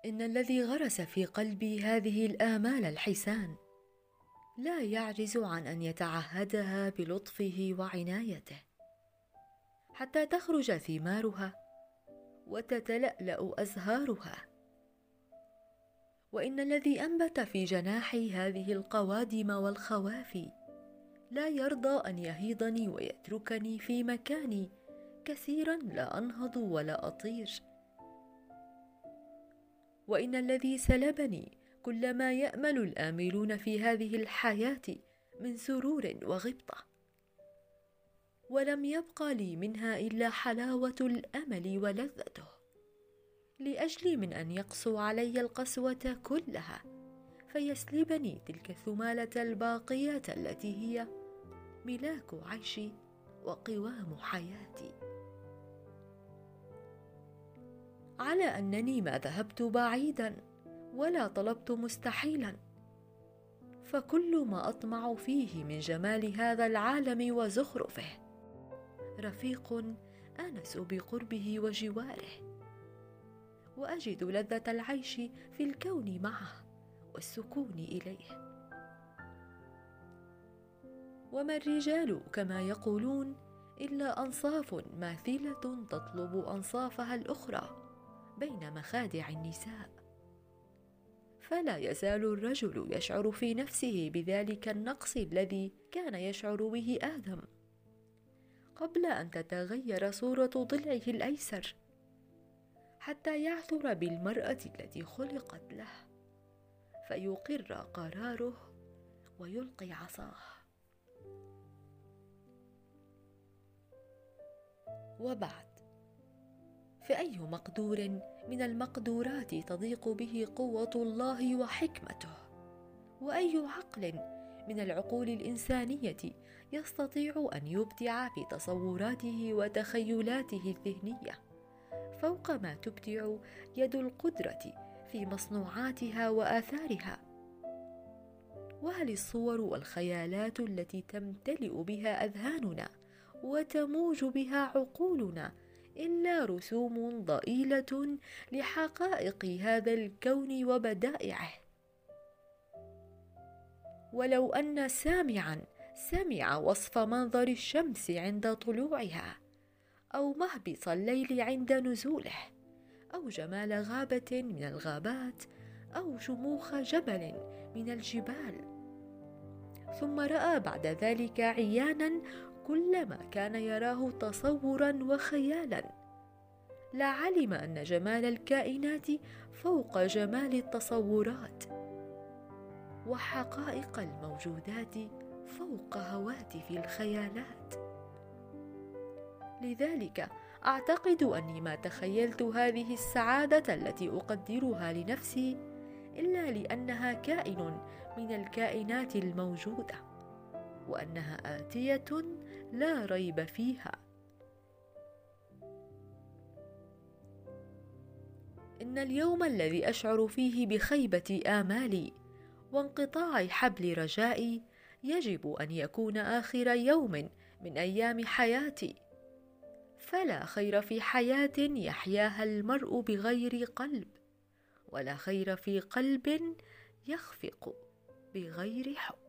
إن الذي غرس في قلبي هذه الآمال الحسان لا يعجز عن أن يتعهدها بلطفه وعنايته حتى تخرج ثمارها وتتلألأ أزهارها. وإن الذي أنبت في جناحي هذه القوادم والخوافي لا يرضى أن يهيضني ويتركني في مكاني كثيرا لا أنهض ولا أطير. وإن الذي سلبني كل ما يأمل الآملون في هذه الحياة من سرور وغبطة، ولم يبق لي منها إلا حلاوة الأمل ولذته، لأجل من أن يقسو علي القسوة كلها فيسلبني تلك الثمالة الباقية التي هي ملاك عيشي وقوام حياتي. على أنني ما ذهبت بعيدا ولا طلبت مستحيلا، فكل ما أطمع فيه من جمال هذا العالم وزخرفه رفيق آنس بقربه وجواره، وأجد لذة العيش في الكون معه والسكون إليه. وما الرجال كما يقولون إلا أنصاف ماثلة تطلب أنصافها الأخرى بين مخادع النساء، فلا يزال الرجل يشعر في نفسه بذلك النقص الذي كان يشعر به آدم قبل أن تتغير صورة ضلعه الأيسر، حتى يعثر بالمرأة التي خلقت له فيقر قراره ويلقي عصاه. وبعد، فأي مقدور من المقدورات تضيق به قوة الله وحكمته، وأي عقل من العقول الإنسانية يستطيع أن يبدع في تصوراته وتخيلاته الذهنية فوق ما تبدع يد القدرة في مصنوعاتها وآثارها؟ وهل الصور والخيالات التي تمتلئ بها أذهاننا وتموج بها عقولنا إلا رسوم ضئيلة لحقائق هذا الكون وبدائعه؟ ولو أن سامعا سمع وصف منظر الشمس عند طلوعها، أو مهبط الليل عند نزوله، أو جمال غابة من الغابات، أو شموخ جبل من الجبال، ثم رأى بعد ذلك عيانا كل ما كان يراه تصورا وخيالا، لعلم أن جمال الكائنات فوق جمال التصورات، وحقائق الموجودات فوق هواتف الخيالات. لذلك أعتقد أني ما تخيلت هذه السعادة التي أقدرها لنفسي إلا لأنها كائن من الكائنات الموجودة، وأنها آتية لا ريب فيها. إن اليوم الذي أشعر فيه بخيبة آمالي وانقطاع حبل رجائي يجب أن يكون آخر يوم من أيام حياتي، فلا خير في حياة يحياها المرء بغير قلب، ولا خير في قلب يخفق بغير حب.